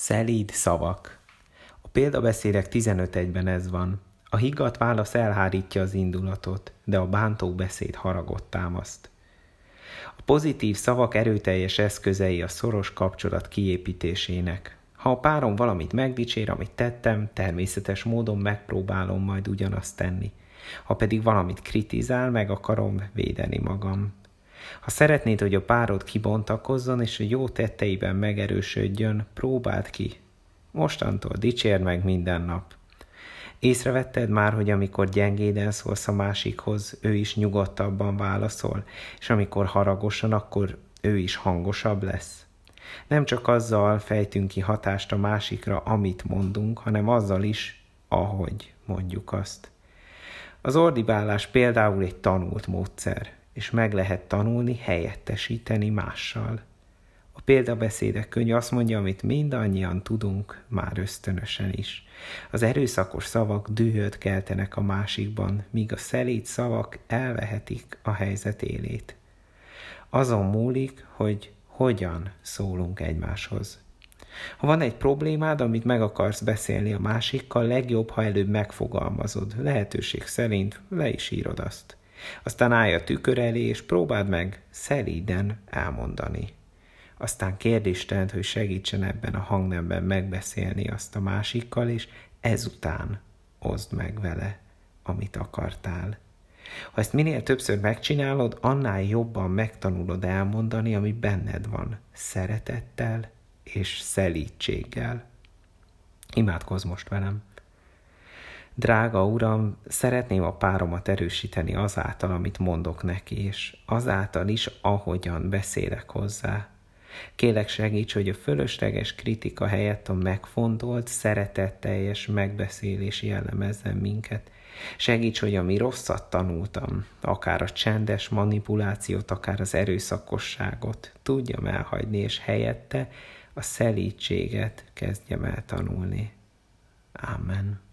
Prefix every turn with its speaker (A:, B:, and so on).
A: Szelíd szavak. A példabeszédek 15:1-ben ez van. A higgadt válasz elhárítja az indulatot, de a bántó beszéd haragot támaszt. A pozitív szavak erőteljes eszközei a szoros kapcsolat kiépítésének. Ha a párom valamit megdicsér, amit tettem, természetes módon megpróbálom majd ugyanazt tenni. Ha pedig valamit kritizál, meg akarom védeni magam. Ha szeretnéd, hogy a párod kibontakozzon, és a jó tetteiben megerősödjön, próbáld ki. Mostantól dicsérd meg minden nap. Észrevetted már, hogy amikor gyengéden szólsz a másikhoz, ő is nyugodtabban válaszol, és amikor haragosan, akkor ő is hangosabb lesz? Nem csak azzal fejtünk ki hatást a másikra, amit mondunk, hanem azzal is, ahogy mondjuk azt. Az ordibálás például egy tanult módszer, és meg lehet tanulni, helyettesíteni mással. A példabeszédek könyve azt mondja, amit mindannyian tudunk, már ösztönösen is. Az erőszakos szavak dühöt keltenek a másikban, míg a szelíd szavak elvehetik a helyzet élét. Azon múlik, hogy hogyan szólunk egymáshoz. Ha van egy problémád, amit meg akarsz beszélni a másikkal, legjobb, ha előbb megfogalmazod, lehetőség szerint le is írod azt. Aztán állj a tükör elé, és próbáld meg szelíden elmondani. Aztán kérd Istent, hogy segítsen ebben a hangnemben megbeszélni azt a másikkal, és ezután oszd meg vele, amit akartál. Ha ezt minél többször megcsinálod, annál jobban megtanulod elmondani, ami benned van, szeretettel és szelídséggel. Imádkozz most velem! Drága Uram, szeretném a páromat erősíteni azáltal, amit mondok neki, és azáltal is, ahogyan beszélek hozzá. Kérlek, segíts, hogy a fölösleges kritika helyett a megfontolt, szeretetteljes megbeszélés jellemezzen minket. Segíts, hogy ami rosszat tanultam, akár a csendes manipulációt, akár az erőszakosságot tudjam elhagyni, és helyette a szelídséget kezdjem el tanulni. Ámen.